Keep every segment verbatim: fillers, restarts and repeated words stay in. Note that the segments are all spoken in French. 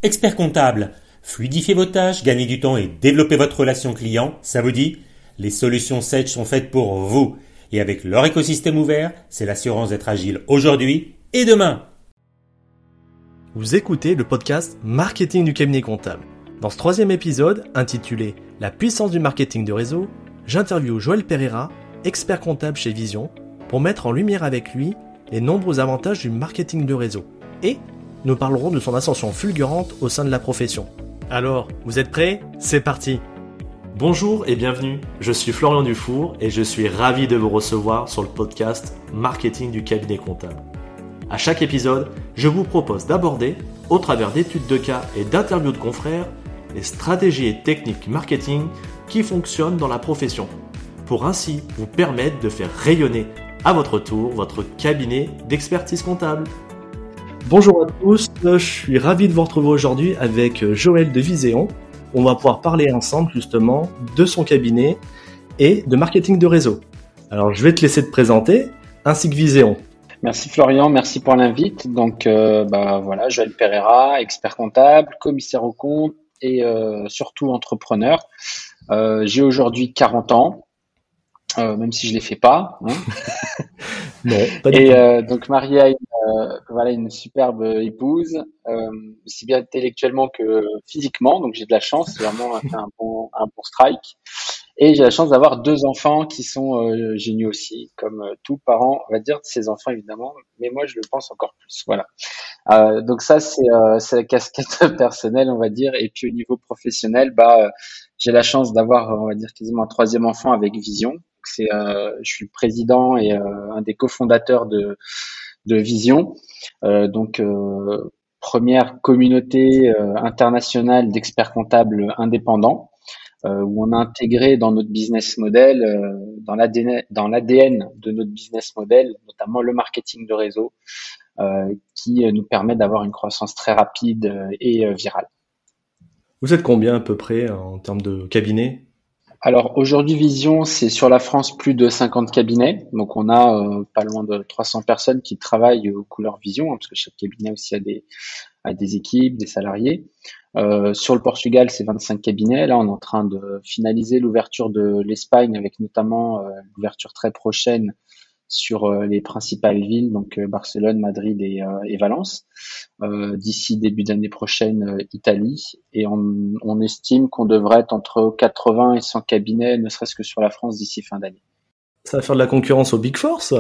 Expert comptable, fluidifiez vos tâches, gagnez du temps et développez votre relation client, ça vous dit? Les solutions Sage sont faites pour vous. Et avec leur écosystème ouvert, c'est l'assurance d'être agile aujourd'hui et demain. Vous écoutez le podcast Marketing du cabinet comptable. Dans ce troisième épisode, intitulé La puissance du marketing de réseau, j'interviewe Joël Pereira, expert comptable chez Vision, pour mettre en lumière avec lui les nombreux avantages du marketing de réseau. Et nous parlerons de son ascension fulgurante au sein de la profession. Alors, vous êtes prêts ? C'est parti ! Bonjour et bienvenue, je suis Florian Dufour et je suis ravi de vous recevoir sur le podcast Marketing du cabinet comptable. À chaque épisode, je vous propose d'aborder, au travers d'études de cas et d'interviews de confrères, les stratégies et techniques marketing qui fonctionnent dans la profession, pour ainsi vous permettre de faire rayonner à votre tour votre cabinet d'expertise comptable. Bonjour à tous, je suis ravi de vous retrouver aujourd'hui avec Joël de Viséon. On va pouvoir parler ensemble justement de son cabinet et de marketing de réseau. Alors je vais te laisser te présenter, ainsi que Viséon. Merci Florian, merci pour l'invite. Donc euh, bah voilà, Joël Pereira, expert comptable, commissaire aux comptes et euh, surtout entrepreneur. Euh, j'ai aujourd'hui quarante ans, euh, même si je les fais pas. Hein. Non, pas du et tout. euh, donc marié à une, euh, voilà, une superbe épouse, euh, aussi bien intellectuellement que physiquement. Donc j'ai de la chance, j'ai vraiment fait un bon, un bon strike. Et j'ai la chance d'avoir deux enfants qui sont euh, géniaux aussi, comme euh, tout parent, on va dire, de ses enfants évidemment, mais moi je le pense encore plus. Voilà. Euh, donc ça c'est euh, c'est la casquette personnelle, on va dire. Et puis au niveau professionnel, bah euh, j'ai la chance d'avoir, on va dire, quasiment un troisième enfant avec Vision. Donc, c'est, euh, je suis président et euh, un des cofondateurs de de Vision. Euh, donc euh, première communauté euh, internationale d'experts comptables indépendants. Euh, où on a intégré dans notre business model, euh, dans l'A D N, dans l'A D N de notre business model, notamment le marketing de réseau, euh, qui nous permet d'avoir une croissance très rapide euh, et euh, virale. Vous êtes combien à peu près en termes de cabinet ? Alors aujourd'hui, Vision, c'est sur la France plus de cinquante cabinets. Donc on a euh, pas loin de trois cents personnes qui travaillent aux couleurs Vision, hein, parce que chaque cabinet aussi a des, a des équipes, des salariés. Euh, sur le Portugal, c'est vingt-cinq cabinets. Là, on est en train de finaliser l'ouverture de l'Espagne avec notamment euh, l'ouverture très prochaine sur euh, les principales villes, donc euh, Barcelone, Madrid et, euh, et Valence. Euh, d'ici début d'année prochaine, euh, Italie. Et on, on estime qu'on devrait être entre quatre-vingts et cent cabinets, ne serait-ce que sur la France d'ici fin d'année. Ça va faire de la concurrence au Big Four, ça ?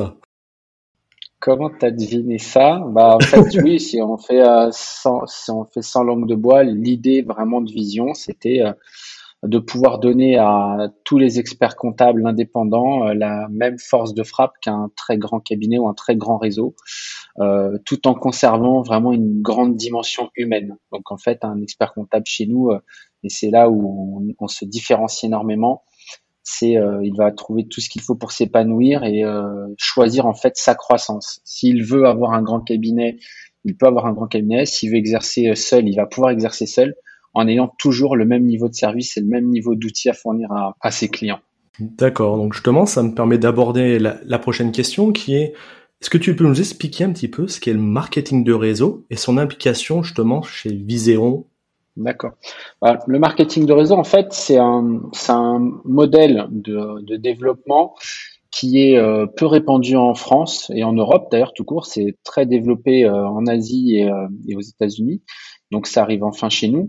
Comment t'as deviné ça? Bah en fait oui, si on fait euh, sans, si on fait sans langue de bois, l'idée vraiment de Vision, c'était euh, de pouvoir donner à tous les experts comptables indépendants euh, la même force de frappe qu'un très grand cabinet ou un très grand réseau, euh, tout en conservant vraiment une grande dimension humaine. Donc en fait, un expert comptable chez nous, euh, et c'est là où on, on se différencie énormément, c'est euh, il va trouver tout ce qu'il faut pour s'épanouir et euh, choisir en fait sa croissance. S'il veut avoir un grand cabinet, il peut avoir un grand cabinet. S'il veut exercer seul, il va pouvoir exercer seul en ayant toujours le même niveau de service et le même niveau d'outils à fournir à, à ses clients. D'accord, donc justement, ça me permet d'aborder la, la prochaine question qui est, est-ce que tu peux nous expliquer un petit peu ce qu'est le marketing de réseau et son implication justement chez Viséon ? D'accord. Bah, le marketing de réseau, en fait, c'est un, c'est un modèle de, de développement qui est euh, peu répandu en France et en Europe, d'ailleurs, tout court. C'est très développé euh, en Asie et, euh, et aux États-Unis. Donc, ça arrive enfin chez nous.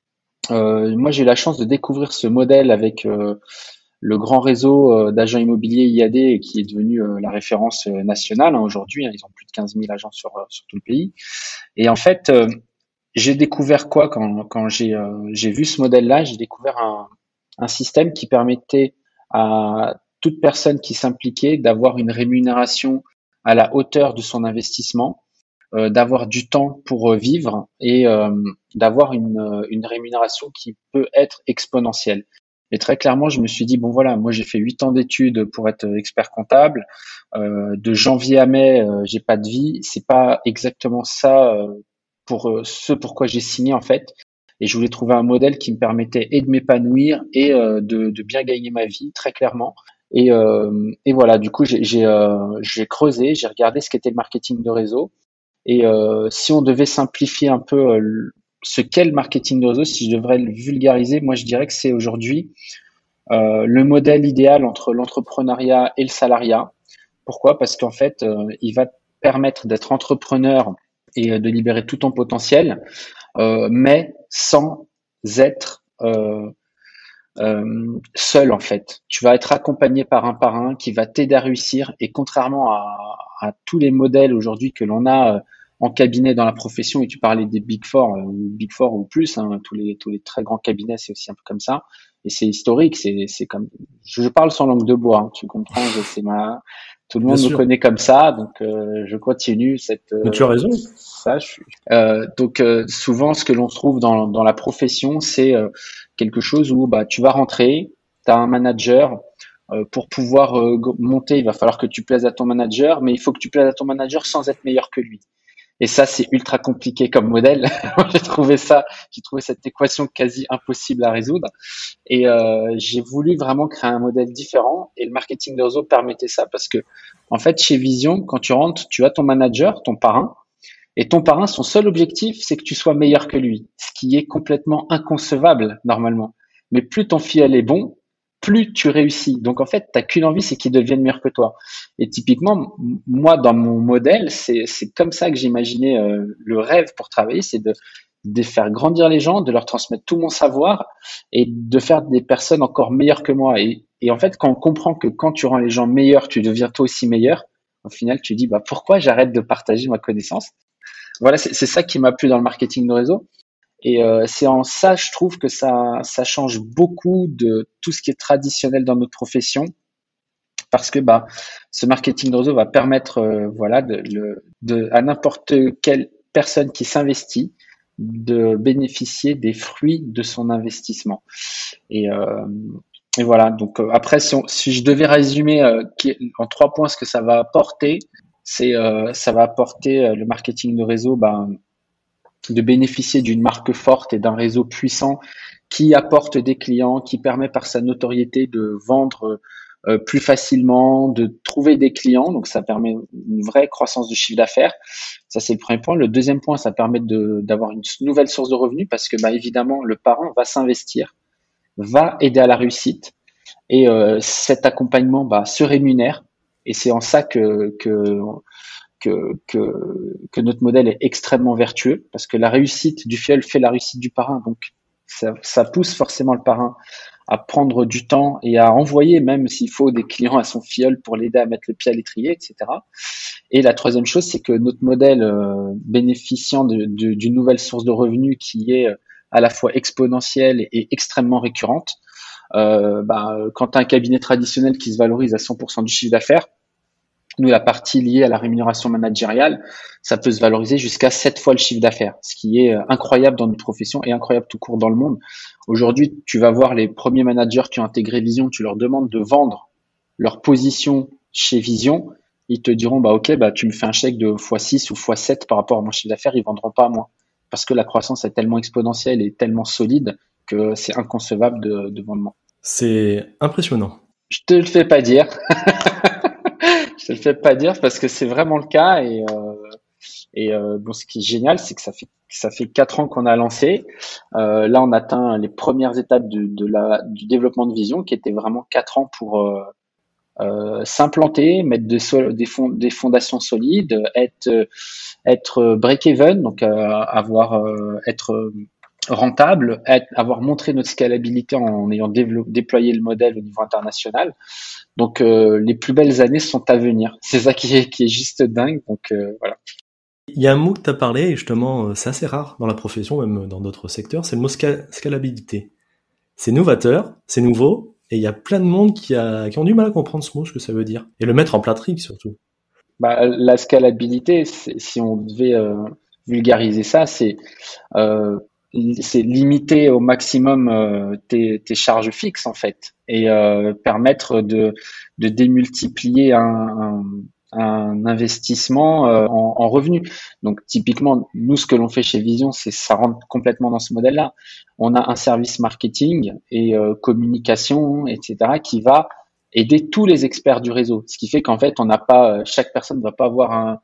Euh, moi, j'ai eu la chance de découvrir ce modèle avec euh, le grand réseau euh, d'agents immobiliers I A D qui est devenu euh, la référence euh, nationale hein, aujourd'hui. Hein, ils ont plus de quinze mille agents sur, euh, sur tout le pays. Et en fait, euh, j'ai découvert quoi quand, quand j'ai, euh, j'ai vu ce modèle-là? J'ai découvert un, un système qui permettait à toute personne qui s'impliquait d'avoir une rémunération à la hauteur de son investissement, euh, d'avoir du temps pour euh, vivre et euh, d'avoir une, une rémunération qui peut être exponentielle. Et très clairement, je me suis dit, bon voilà, moi j'ai fait huit ans d'études pour être expert comptable. Euh, de janvier à mai, euh, j'ai pas de vie. C'est pas exactement ça euh, pour euh, ce pourquoi j'ai signé en fait. Et je voulais trouver un modèle qui me permettait et de m'épanouir et euh, de, de bien gagner ma vie, très clairement. Et, euh, et voilà, du coup, j'ai, j'ai, euh, j'ai creusé, j'ai regardé ce qu'était le marketing de réseau. Et euh, si on devait simplifier un peu euh, ce qu'est le marketing de réseau, si je devrais le vulgariser, moi je dirais que c'est aujourd'hui euh, le modèle idéal entre l'entrepreneuriat et le salariat. Pourquoi? Parce qu'en fait, euh, il va te permettre d'être entrepreneur et euh, de libérer tout ton potentiel, euh, mais sans être euh, euh, seul en fait. Tu vas être accompagné par un parrain qui va t'aider à réussir. Et contrairement à, à tous les modèles aujourd'hui que l'on a euh, en cabinet dans la profession, et tu parlais des Big Four, euh, ou Big Four ou plus, hein, tous les tous les très grands cabinets, c'est aussi un peu comme ça. Et c'est historique, c'est c'est comme je parle sans langue de bois, hein, tu comprends, c'est ma tout le Bien monde me sûr. connaît comme ça, donc euh, je continue cette Mais tu as raison. ça. Je suis- euh, donc euh, souvent, ce que l'on trouve dans dans la profession, c'est euh, quelque chose où bah tu vas rentrer, tu as un manager. Euh, pour pouvoir euh, go- monter, il va falloir que tu plaises à ton manager, mais il faut que tu plaises à ton manager sans être meilleur que lui. Et ça, c'est ultra compliqué comme modèle. J'ai trouvé ça, j'ai trouvé cette équation quasi impossible à résoudre. Et euh, j'ai voulu vraiment créer un modèle différent. Et le marketing de réseau permettait ça parce que, en fait, chez Vision, quand tu rentres, tu as ton manager, ton parrain. Et ton parrain, son seul objectif, c'est que tu sois meilleur que lui, ce qui est complètement inconcevable normalement. Mais plus ton filleul est bon, plus tu réussis. Donc en fait, t'as qu'une envie, c'est qu'il devienne meilleur que toi. Et typiquement, m- moi, dans mon modèle, c'est c'est comme ça que j'imaginais euh, le rêve pour travailler, c'est de de faire grandir les gens, de leur transmettre tout mon savoir et de faire des personnes encore meilleures que moi. Et, et en fait, quand on comprend que quand tu rends les gens meilleurs, tu deviens toi aussi meilleur, au final, tu dis bah pourquoi j'arrête de partager ma connaissance? Voilà, c'est c'est ça qui m'a plu dans le marketing de réseau. Et euh, c'est en ça, je trouve que ça, ça change beaucoup de tout ce qui est traditionnel dans notre profession, parce que bah, ce marketing de réseau va permettre, euh, voilà, de, le, de, à n'importe quelle personne qui s'investit de bénéficier des fruits de son investissement. Et, euh, et voilà. Donc euh, après, si, on, si je devais résumer euh, qui- en trois points ce que ça va apporter, c'est euh, ça va apporter euh, le marketing de réseau, bah, de bénéficier d'une marque forte et d'un réseau puissant qui apporte des clients, qui permet par sa notoriété de vendre euh, plus facilement, de trouver des clients. Donc ça permet une vraie croissance du chiffre d'affaires. Ça c'est le premier point. Le deuxième point, ça permet de, d'avoir une nouvelle source de revenus parce que bah, évidemment le parent va s'investir, va aider à la réussite et euh, cet accompagnement bah, se rémunère. Et c'est en ça que, que que, que, que notre modèle est extrêmement vertueux parce que la réussite du filleul fait la réussite du parrain. Donc, ça, ça pousse forcément le parrain à prendre du temps et à envoyer, même s'il faut, des clients à son filleul pour l'aider à mettre le pied à l'étrier, et cetera. Et la troisième chose, c'est que notre modèle euh, bénéficiant de, de, d'une nouvelle source de revenus qui est euh, à la fois exponentielle et extrêmement récurrente, euh, bah, quand tu as un cabinet traditionnel qui se valorise à cent pour cent du chiffre d'affaires, nous, la partie liée à la rémunération managériale, ça peut se valoriser jusqu'à sept fois le chiffre d'affaires, ce qui est euh, incroyable dans notre profession et incroyable tout court dans le monde. Aujourd'hui, tu vas voir les premiers managers qui ont intégré Vision, tu leur demandes de vendre leur position chez Vision, ils te diront, bah, ok, bah, tu me fais un chèque de fois six ou fois sept par rapport à mon chiffre d'affaires, ils vendront pas à moi. Parce que la croissance est tellement exponentielle et tellement solide que c'est inconcevable de, de vendre moins. C'est impressionnant. Je te le fais pas dire. Je te le fais pas dire parce que c'est vraiment le cas et euh, et euh, bon, ce qui est génial, c'est que ça fait ça fait quatre ans qu'on a lancé. Euh, là, on atteint les premières étapes de, de la du développement de Vision, qui était vraiment quatre ans pour euh, euh, s'implanter, mettre de sol, des, fond, des fondations solides, être être break-even, donc euh, avoir euh, être rentable, être, avoir montré notre scalabilité en ayant développé, déployé le modèle au niveau international. Donc euh, les plus belles années sont à venir. C'est ça qui est, qui est juste dingue. Donc euh, voilà. Il y a un mot que tu as parlé, et justement, euh, c'est assez rare dans la profession, même dans d'autres secteurs, c'est le mot sca- scalabilité. C'est novateur, c'est nouveau, et il y a plein de monde qui, a, qui ont du mal à comprendre ce mot, ce que ça veut dire, et le mettre en pratique surtout. Bah, la scalabilité, c'est, si on devait euh, vulgariser ça, c'est euh, c'est limiter au maximum euh, tes, tes charges fixes en fait et euh, permettre de, de démultiplier un, un, un investissement euh, en, en revenus. Donc typiquement, nous ce que l'on fait chez Vision, c'est ça rentre complètement dans ce modèle-là. On a un service marketing et euh, communication, et cetera, qui va aider tous les experts du réseau. Ce qui fait qu'en fait, on n'a pas chaque personne ne va pas avoir un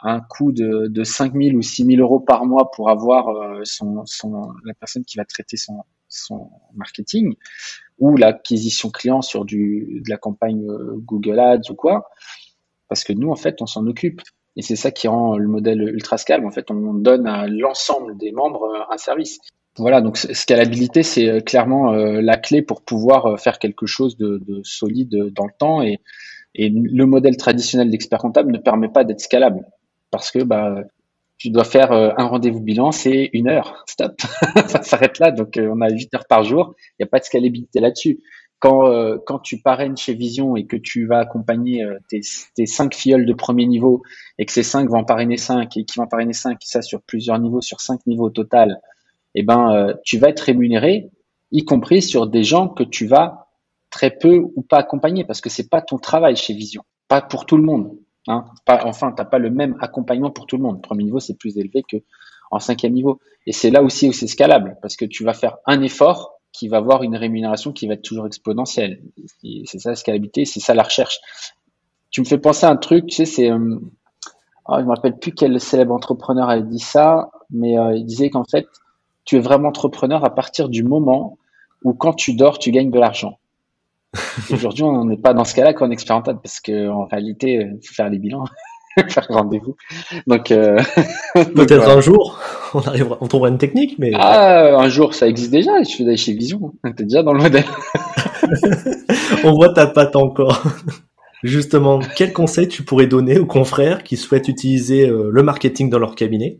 un coût de, de cinq mille ou six mille euros par mois pour avoir euh, son, son, la personne qui va traiter son, son marketing ou l'acquisition client sur du, de la campagne euh, Google Ads ou quoi. Parce que nous, en fait, on s'en occupe. Et c'est ça qui rend le modèle ultra scalable. En fait, on donne à l'ensemble des membres un service. Voilà, donc scalabilité, c'est clairement euh, la clé pour pouvoir faire quelque chose de, de solide dans le temps. Et, et le modèle traditionnel d'expert comptable ne permet pas d'être scalable. Parce que bah, tu dois faire euh, un rendez-vous bilan, c'est une heure. Stop, ça s'arrête là. Donc, euh, on a huit heures par jour. Il n'y a pas de scalabilité là-dessus. Quand, euh, quand tu parraines chez Vision et que tu vas accompagner euh, tes, tes cinq filleuls de premier niveau et que ces cinq vont en parrainer cinq et qui vont en parrainer cinq, et ça sur plusieurs niveaux, sur cinq niveaux au total, eh ben, euh, tu vas être rémunéré, y compris sur des gens que tu vas très peu ou pas accompagner parce que c'est pas ton travail chez Vision, pas pour tout le monde. Hein. Pas, enfin, t'as pas le même accompagnement pour tout le monde. Premier niveau, c'est plus élevé que en cinquième niveau. Et c'est là aussi où c'est scalable parce que tu vas faire un effort qui va avoir une rémunération qui va être toujours exponentielle. Et c'est ça la scalabilité, c'est ça la recherche. Tu me fais penser à un truc, tu sais, c'est, euh, oh, je me rappelle plus quel célèbre entrepreneur avait dit ça, mais euh, il disait qu'en fait, tu es vraiment entrepreneur à partir du moment où quand tu dors, tu gagnes de l'argent. Aujourd'hui, on n'est pas dans ce cas-là quand on est expert comptable parce que en réalité, il faut faire les bilans, faire rendez-vous. Donc, euh, peut-être donc, un jour, on arrivera, on trouvera une technique, mais ah, un jour, ça existe déjà. Je fais d'aller chez Vision. T'es déjà dans le modèle. On voit ta patte encore. Justement, quel conseil tu pourrais donner aux confrères qui souhaitent utiliser euh, le marketing dans leur cabinet?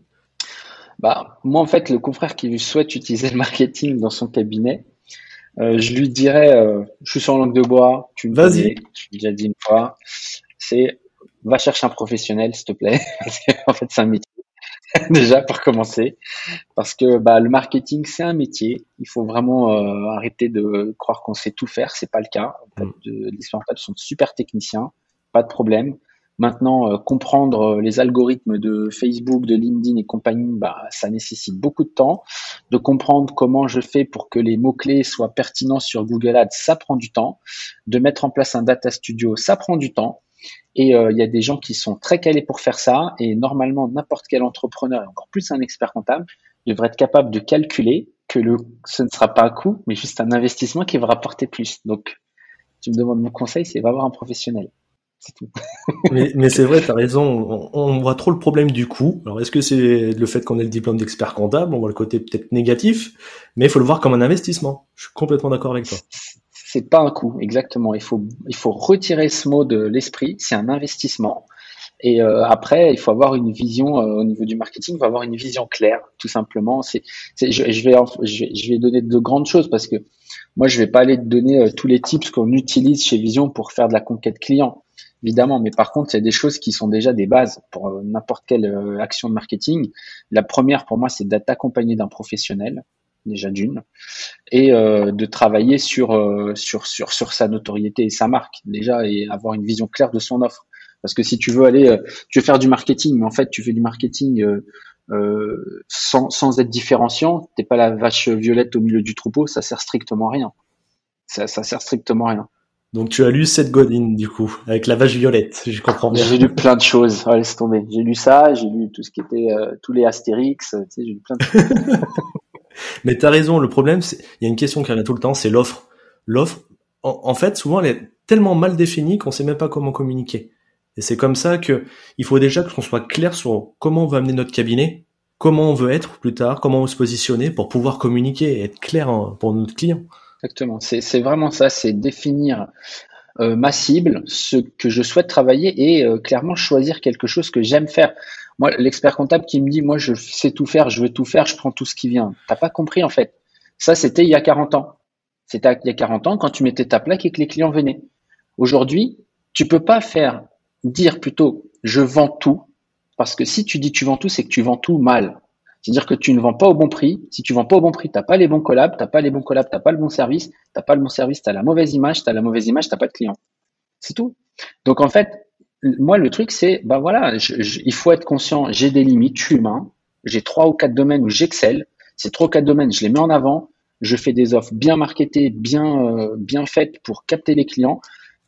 Bah, moi, en fait, le confrère qui souhaite utiliser le marketing dans son cabinet, euh, je lui dirais, euh, je suis sur langue de bois, tu me Vas-y. connais, je l'ai déjà dit une fois, c'est, va chercher un professionnel, s'il te plaît, parce qu'en fait, c'est un métier, déjà, pour commencer, parce que, bah, le marketing, c'est un métier, il faut vraiment euh, arrêter de croire qu'on sait tout faire, c'est pas le cas, en fait, de, les experts comptables sont super techniciens, pas de problème. Maintenant, euh, comprendre les algorithmes de Facebook, de LinkedIn et compagnie, bah, ça nécessite beaucoup de temps. De comprendre comment je fais pour que les mots-clés soient pertinents sur Google Ads, ça prend du temps. De mettre en place un data studio, ça prend du temps. Et il euh, y a des gens qui sont très calés pour faire ça. Et normalement, n'importe quel entrepreneur, et encore plus un expert comptable, devrait être capable de calculer que le, ce ne sera pas un coût, mais juste un investissement qui va rapporter plus. Donc, tu me demandes mon conseil, c'est va voir un professionnel. C'est tout. mais, mais c'est vrai, t'as raison, on, on voit trop le problème du coût. Alors est-ce que c'est le fait qu'on ait le diplôme d'expert comptable, on voit le côté peut-être négatif, mais il faut le voir comme un investissement. Je suis complètement d'accord avec toi. C'est pas un coût, exactement. Il faut, il faut retirer ce mot de l'esprit, c'est un investissement. Et euh, après, il faut avoir une vision euh, au niveau du marketing, il faut avoir une vision claire, tout simplement. C'est, c'est, je, je, vais, je, vais, je vais donner de grandes choses parce que moi, je vais pas aller te donner euh, tous les tips qu'on utilise chez Vision pour faire de la conquête client. Évidemment, mais par contre, il y a des choses qui sont déjà des bases pour euh, n'importe quelle euh, action de marketing. La première, pour moi, c'est d'être accompagné d'un professionnel, déjà d'une, et euh, de travailler sur, euh, sur, sur, sur sa notoriété et sa marque, déjà, et avoir une vision claire de son offre. Parce que si tu veux aller, euh, tu veux faire du marketing, mais en fait, tu fais du marketing euh, euh, sans, sans être différenciant, t'es pas la vache violette au milieu du troupeau, ça sert strictement à rien. Ça, ça sert strictement à rien. Donc tu as lu Seth Godin, du coup, avec la vache violette, je comprends bien. J'ai lu plein de choses, oh, laisse tomber. J'ai lu ça, j'ai lu tout ce qui était, euh, tous les Astérix, tu sais, j'ai lu plein de choses. Mais t'as raison, le problème, c'est, il y a une question qui revient tout le temps, c'est l'offre. L'offre, en, en fait, souvent, elle est tellement mal définie qu'on sait même pas comment communiquer. Et c'est comme ça que il faut déjà qu'on soit clair sur comment on veut amener notre cabinet, comment on veut être plus tard, comment on veut se positionner pour pouvoir communiquer et être clair pour notre client. Exactement, c'est, c'est vraiment ça, c'est définir euh, ma cible, ce que je souhaite travailler et euh, clairement choisir quelque chose que j'aime faire. Moi, l'expert comptable qui me dit, moi, je sais tout faire, je veux tout faire, je prends tout ce qui vient. T'as pas compris, en fait. Ça, c'était il y a quarante ans. C'était il y a quarante ans quand tu mettais ta plaque et que les clients venaient. Aujourd'hui, tu peux pas faire, dire plutôt, je vends tout, parce que si tu dis tu vends tout, c'est que tu vends tout mal. C'est-à-dire que tu ne vends pas au bon prix. Si tu vends pas au bon prix, t'as pas les bons collabs, t'as pas les bons collabs, t'as pas le bon service, t'as pas le bon service, t'as la mauvaise image, t'as la mauvaise image, t'as pas de client. C'est tout. Donc, en fait, moi, le truc, c'est, bah voilà, je, je, il faut être conscient, j'ai des limites, je suis humain, j'ai trois ou quatre domaines où j'excelle, ces trois ou quatre domaines, je les mets en avant, je fais des offres bien marketées, bien, euh, bien faites pour capter les clients,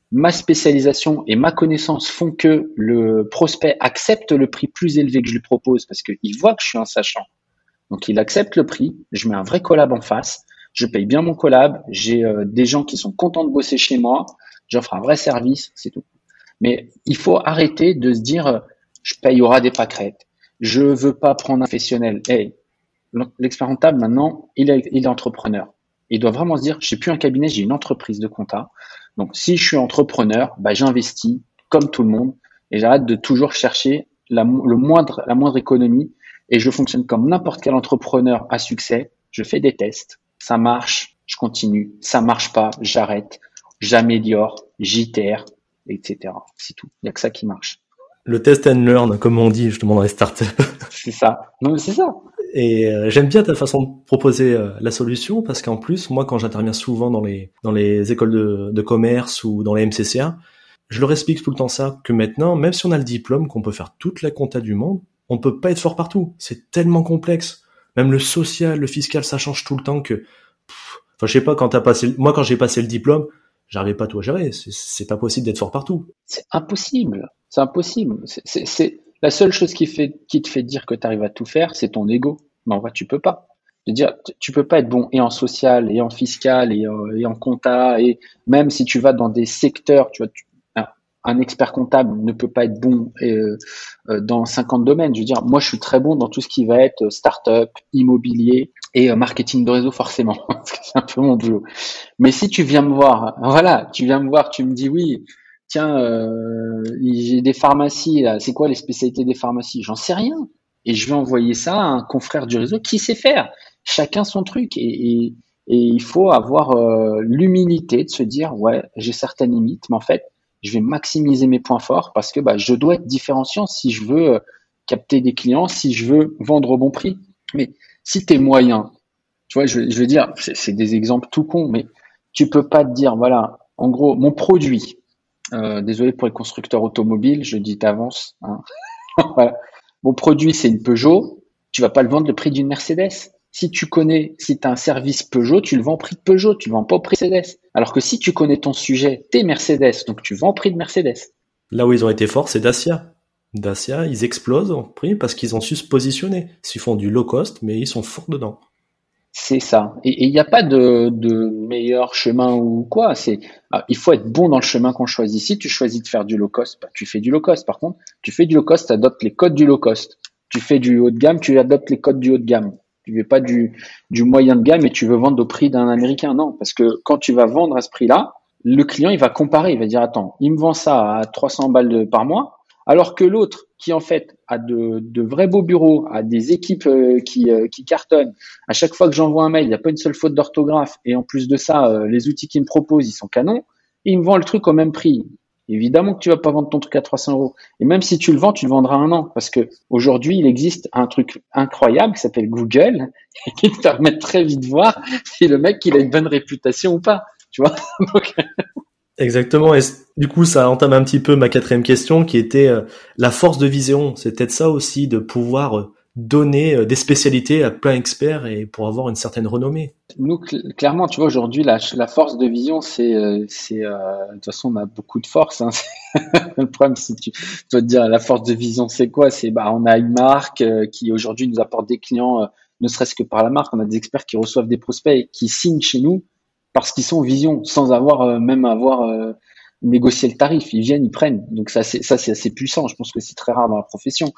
ma spécialisation et ma connaissance font que le prospect accepte le prix plus élevé que je lui propose parce qu'il voit que je suis un sachant. Donc il accepte le prix, je mets un vrai collab en face, je paye bien mon collab, j'ai euh, des gens qui sont contents de bosser chez moi, j'offre un vrai service, c'est tout. Mais il faut arrêter de se dire euh, je paye au ras des pâquerettes, je veux pas prendre un professionnel. Hey, l'expert comptable maintenant, il est, il est entrepreneur. Il doit vraiment se dire j'ai plus un cabinet, j'ai une entreprise de compta. Donc si je suis entrepreneur, bah, j'investis comme tout le monde et j'arrête de toujours chercher la, le moindre, la moindre économie. Et je fonctionne comme n'importe quel entrepreneur à succès. Je fais des tests. Ça marche, je continue. Ça marche pas, j'arrête. J'améliore, j'itère, et cetera. C'est tout. Il n'y a que ça qui marche. Le test and learn, comme on dit justement dans les startups. C'est ça. Non, mais c'est ça. Et euh, j'aime bien ta façon de proposer euh, la solution parce qu'en plus, moi, quand j'interviens souvent dans les dans les écoles de, de commerce ou dans les M C C A, je leur explique tout le temps ça, que maintenant, même si on a le diplôme, qu'on peut faire toute la compta du monde, on peut pas être fort partout. C'est tellement complexe. Même le social, le fiscal, ça change tout le temps que, pff, enfin, je sais pas, quand t'as passé, moi, quand j'ai passé le diplôme, j'arrivais pas tout à gérer. C'est, c'est pas possible d'être fort partout. C'est impossible. C'est impossible. C'est, c'est, c'est la seule chose qui fait, qui te fait dire que tu arrives à tout faire, c'est ton ego. Mais en vrai, tu peux pas. Je veux dire, tu peux pas être bon et en social, et en fiscal, et, euh, et en compta, et même si tu vas dans des secteurs, tu vois, tu, un expert comptable ne peut pas être bon euh, euh, dans cinquante domaines. Je veux dire, moi, je suis très bon dans tout ce qui va être start-up, immobilier et euh, marketing de réseau, forcément, parce que c'est un peu mon boulot. Mais si tu viens me voir, voilà, tu viens me voir, tu me dis oui, tiens, euh, j'ai des pharmacies, là, c'est quoi les spécialités des pharmacies? J'en sais rien. Et je vais envoyer ça à un confrère du réseau qui sait faire. Chacun son truc. Et, et, et il faut avoir euh, l'humilité de se dire, ouais, j'ai certaines limites, mais en fait, je vais maximiser mes points forts parce que bah, je dois être différenciant si je veux euh, capter des clients, si je veux vendre au bon prix. Mais si tu es moyen, tu vois, je, je veux dire, c'est, c'est des exemples tout cons, mais tu peux pas te dire, voilà, en gros, mon produit, euh, désolé pour les constructeurs automobiles, je dis d'avance, hein, voilà. Mon produit, c'est une Peugeot, tu vas pas le vendre le prix d'une Mercedes. Si tu connais, si tu as un service Peugeot, tu le vends au prix de Peugeot, tu le vends pas au prix de Mercedes. Alors que si tu connais ton sujet, t'es Mercedes, donc tu vends au prix de Mercedes. Là où ils ont été forts, c'est Dacia. Dacia, ils explosent en prix parce qu'ils ont su se positionner. Ils font du low cost, mais ils sont forts dedans. C'est ça. Et il n'y a pas de, de meilleur chemin ou quoi. C'est, alors, il faut être bon dans le chemin qu'on choisit. Si tu choisis de faire du low cost, bah, tu fais du low cost. Par contre, tu fais du low cost, tu adoptes les codes du low cost. Tu fais du haut de gamme, tu adoptes les codes du haut de gamme. Tu veux pas du, du moyen de gamme et tu veux vendre au prix d'un Américain. Non, parce que quand tu vas vendre à ce prix-là, le client, il va comparer. Il va dire, attends, il me vend ça à trois cents balles de, par mois, alors que l'autre, qui en fait a de, de vrais beaux bureaux, a des équipes euh, qui, euh, qui cartonnent. À chaque fois que j'envoie un mail, il n'y a pas une seule faute d'orthographe. Et en plus de ça, euh, les outils qu'il me propose, ils sont canons. Et il me vend le truc au même prix. Évidemment que tu vas pas vendre ton truc à trois cents euros. Et même si tu le vends, tu le vendras un an. Parce que aujourd'hui, il existe un truc incroyable qui s'appelle Google et qui te permet de très vite voir si le mec, il a une bonne réputation ou pas. Tu vois? Donc... Exactement. Et du coup, ça entame un petit peu ma quatrième question qui était euh, la force de vision. C'est peut-être ça aussi, de pouvoir euh, donner euh, des spécialités à plein d'experts et pour avoir une certaine renommée. Nous, cl- clairement, tu vois, aujourd'hui, la, la force de vision, c'est, euh, c'est, euh, de toute façon, on a beaucoup de force. Hein. Le problème, si tu, tu dois te dire, la force de vision, c'est quoi? C'est, bah, on a une marque euh, qui aujourd'hui nous apporte des clients, euh, ne serait-ce que par la marque. On a des experts qui reçoivent des prospects et qui signent chez nous parce qu'ils sont vision, sans avoir euh, même avoir euh, négocié le tarif. Ils viennent, ils prennent. Donc ça, c'est ça, c'est assez puissant. Je pense que c'est très rare dans la profession.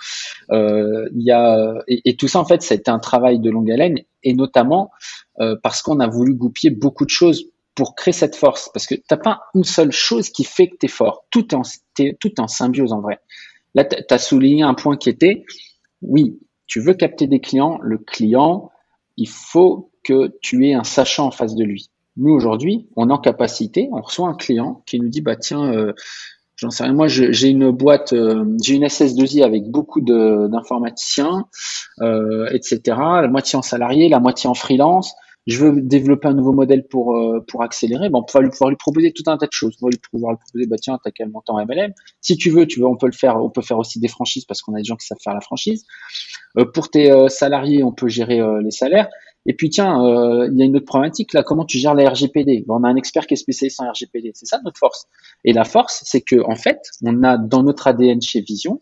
Euh, il y a et, et tout ça, en fait, ça a été un travail de longue haleine, et notamment euh, parce qu'on a voulu goupiller beaucoup de choses pour créer cette force. Parce que t'as pas une seule chose qui fait que t'es fort. Tout est en t'es, tout est en symbiose en vrai. Là, t'as souligné un point qui était, oui, tu veux capter des clients. Le client, il faut que tu aies un sachant en face de lui. Nous, aujourd'hui, on est en capacité, on reçoit un client qui nous dit, bah tiens, euh, j'en sais rien, moi je, j'ai une boîte, euh, j'ai une S S deux I avec beaucoup de, d'informaticiens, euh, et cetera, la moitié en salarié, la moitié en freelance, je veux développer un nouveau modèle pour euh, pour accélérer, ben, on va lui pouvoir lui proposer tout un tas de choses. On va lui pouvoir lui proposer, bah tiens, t'as quel montant M L M? Si tu veux, tu veux, on peut le faire, on peut faire aussi des franchises parce qu'on a des gens qui savent faire la franchise. Euh, pour tes euh, salariés, on peut gérer euh, les salaires. Et puis tiens, euh, il y a une autre problématique là, comment tu gères la R G P D? On a un expert qui est spécialiste en R G P D, c'est ça notre force. Et la force, c'est que en fait, on a dans notre A D N chez Vision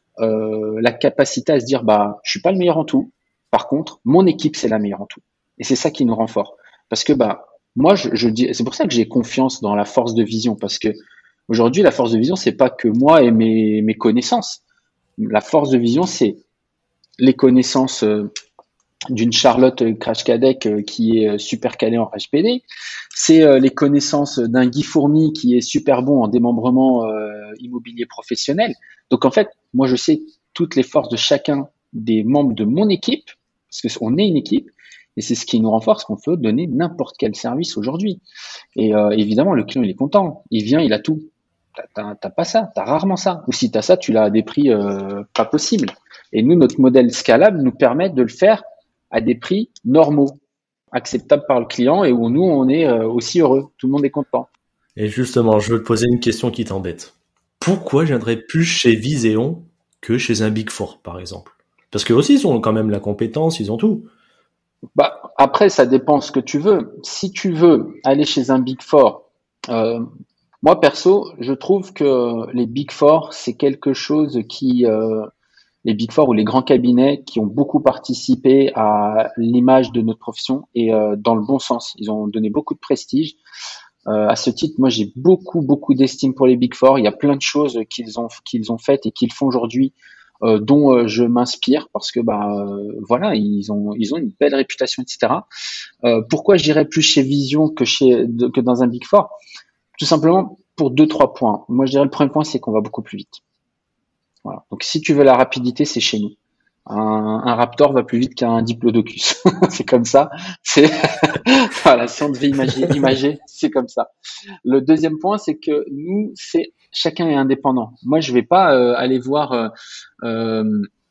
euh, la capacité à se dire bah je suis pas le meilleur en tout, par contre mon équipe c'est la meilleure en tout. Et c'est ça qui nous rend fort. Parce que bah moi je, je dis, c'est pour ça que j'ai confiance dans la force de Vision, parce que aujourd'hui la force de Vision c'est pas que moi et mes, mes connaissances. La force de Vision c'est les connaissances euh, d'une Charlotte Krajkadek euh, qui est super calée en R G P D, c'est euh, les connaissances d'un Guy Fourmy qui est super bon en démembrement euh, immobilier professionnel. Donc en fait, moi je sais toutes les forces de chacun des membres de mon équipe, parce qu'on est une équipe, et c'est ce qui nous renforce qu'on peut donner n'importe quel service aujourd'hui. Et euh, évidemment, le client il est content, il vient, il a tout. T'as, t'as, t'as pas ça, t'as rarement ça. Ou si t'as ça, tu l'as à des prix euh, pas possibles. Et nous, notre modèle scalable nous permet de le faire à des prix normaux, acceptables par le client, et où nous, on est aussi heureux. Tout le monde est content. Et justement, je veux te poser une question qui t'embête. Pourquoi je viendrais plus chez Viséon que chez un Big Four, par exemple? Parce que aussi, ils ont quand même la compétence, ils ont tout. Bah, après, ça dépend ce que tu veux. Si tu veux aller chez un Big Four, euh, moi, perso, je trouve que les Big Four, c'est quelque chose qui... Euh, les Big Four ou les grands cabinets qui ont beaucoup participé à l'image de notre profession et euh, dans le bon sens. Ils ont donné beaucoup de prestige. Euh, à ce titre, moi, j'ai beaucoup, beaucoup d'estime pour les Big Four. Il y a plein de choses qu'ils ont, qu'ils ont faites et qu'ils font aujourd'hui, euh, dont euh, je m'inspire parce que, bah, euh, voilà, ils ont, ils ont une belle réputation, et cetera. Euh, pourquoi je dirais plus chez Vision que chez, de, que dans un Big Four? Tout simplement pour deux, trois points. Moi, je dirais le premier point, c'est qu'on va beaucoup plus vite. Voilà. Donc, si tu veux la rapidité, c'est chez nous. Un, un Raptor va plus vite qu'un Diplodocus. C'est comme ça. C'est voilà. Si on devait imager, imager, c'est comme ça. Le deuxième point, c'est que nous, c'est chacun est indépendant. Moi, je vais pas euh, aller voir, euh, euh,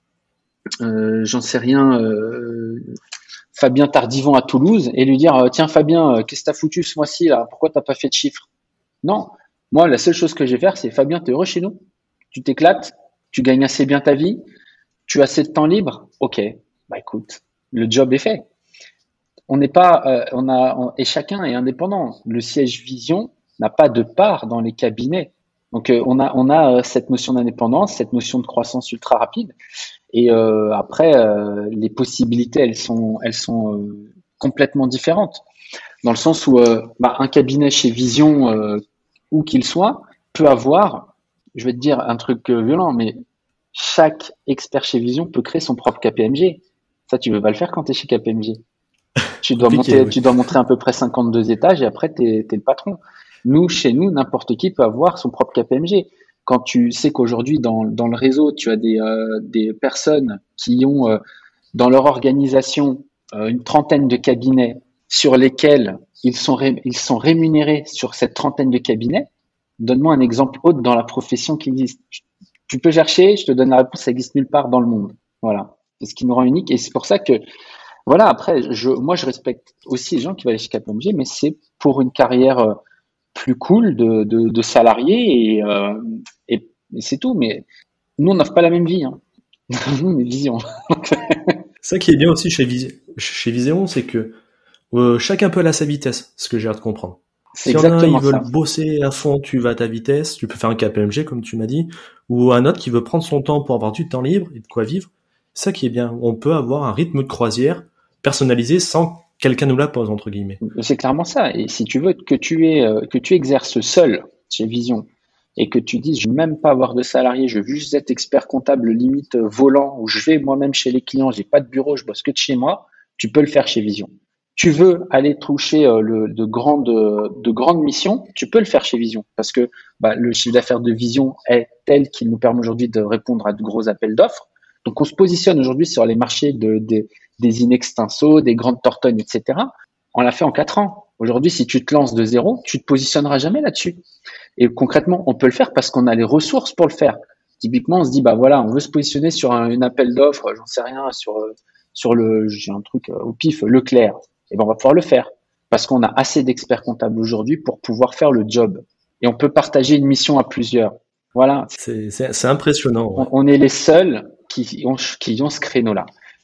euh, j'en sais rien, euh, Fabien Tardivon à Toulouse et lui dire tiens Fabien, qu'est-ce que t'as foutu ce mois-ci là? Pourquoi t'as pas fait de chiffres? Non. Moi, la seule chose que je vais faire, c'est Fabien, t'es heureux chez nous? Tu t'éclates? Tu gagnes assez bien ta vie, tu as assez de temps libre, ok, bah écoute, le job est fait. On n'est pas, euh, on a, on, et chacun est indépendant. Le siège Vision n'a pas de part dans les cabinets, donc euh, on a, on a euh, cette notion d'indépendance, cette notion de croissance ultra rapide, et euh, après euh, les possibilités, elles sont, elles sont euh, complètement différentes, dans le sens où euh, bah, un cabinet chez Vision, euh, où qu'il soit, peut avoir je vais te dire un truc violent, mais chaque expert chez Vision peut créer son propre K P M G. Ça, tu veux pas le faire quand tu es chez K P M G. Tu dois monter, oui. tu dois montrer à peu près cinquante-deux étages et après, tu es le patron. Nous, chez nous, n'importe qui peut avoir son propre K P M G. Quand tu sais qu'aujourd'hui, dans, dans le réseau, tu as des, euh, des personnes qui ont euh, dans leur organisation euh, une trentaine de cabinets sur lesquels ils sont, ré, ils sont rémunérés sur cette trentaine de cabinets. Donne-moi un exemple autre dans la profession qui existe. Tu peux chercher, je te donne la réponse, ça existe nulle part dans le monde. Voilà. C'est ce qui nous rend unique. Et c'est pour ça que, voilà, après, je, moi, je respecte aussi les gens qui vont aller chez K P M G, mais c'est pour une carrière plus cool de, de, de salarié et, euh, et, et c'est tout. Mais nous, on n'offre pas la même vie. Hein. Nous, on est Vision. Ça qui est bien aussi chez, Vis- chez Vision, c'est que euh, chacun peut aller à sa vitesse, ce que j'ai hâte de comprendre. C'est si y en a un, ils veulent ça. bosser à fond, tu vas à ta vitesse, tu peux faire un K P M G comme tu m'as dit, ou un autre qui veut prendre son temps pour avoir du temps libre et de quoi vivre. C'est ça qui est bien. On peut avoir un rythme de croisière personnalisé sans quelqu'un nous la pose, entre guillemets. C'est clairement ça. Et si tu veux que tu aies, que tu exerces seul chez Vision et que tu dises, je veux même pas avoir de salarié, je veux juste être expert comptable limite volant où je vais moi-même chez les clients, j'ai pas de bureau, je bosse que de chez moi, tu peux le faire chez Vision. Tu veux aller toucher euh, le, de grandes de grandes missions, tu peux le faire chez Vision parce que bah, le chiffre d'affaires de Vision est tel qu'il nous permet aujourd'hui de répondre à de gros appels d'offres. Donc on se positionne aujourd'hui sur les marchés de, de des Inextinso, des grandes Tortonnes, et cetera. On l'a fait en quatre ans. Aujourd'hui, si tu te lances de zéro, tu te positionneras jamais là-dessus. Et concrètement, on peut le faire parce qu'on a les ressources pour le faire. Typiquement, on se dit bah voilà, on veut se positionner sur un, un appel d'offres, j'en sais rien, sur sur le, j'ai un truc au pif, Leclerc. Et ben on va pouvoir le faire parce qu'on a assez d'experts comptables aujourd'hui pour pouvoir faire le job. Et on peut partager une mission à plusieurs. Voilà. C'est, c'est, c'est impressionnant. Ouais. On, on est les seuls qui ont, qui ont ce créneau-là.